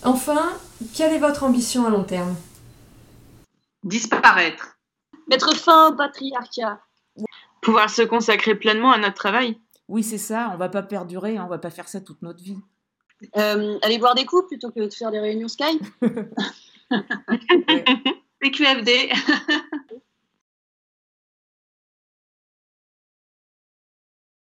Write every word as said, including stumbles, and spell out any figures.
Enfin, quelle est votre ambition à long terme ? Disparaître. Mettre fin au patriarcat. Pouvoir se consacrer pleinement à notre travail. Oui, c'est ça, on va pas perdurer, hein, on va pas faire ça toute notre vie. Euh, aller boire des coups plutôt que de faire des réunions Skype. P Q F D.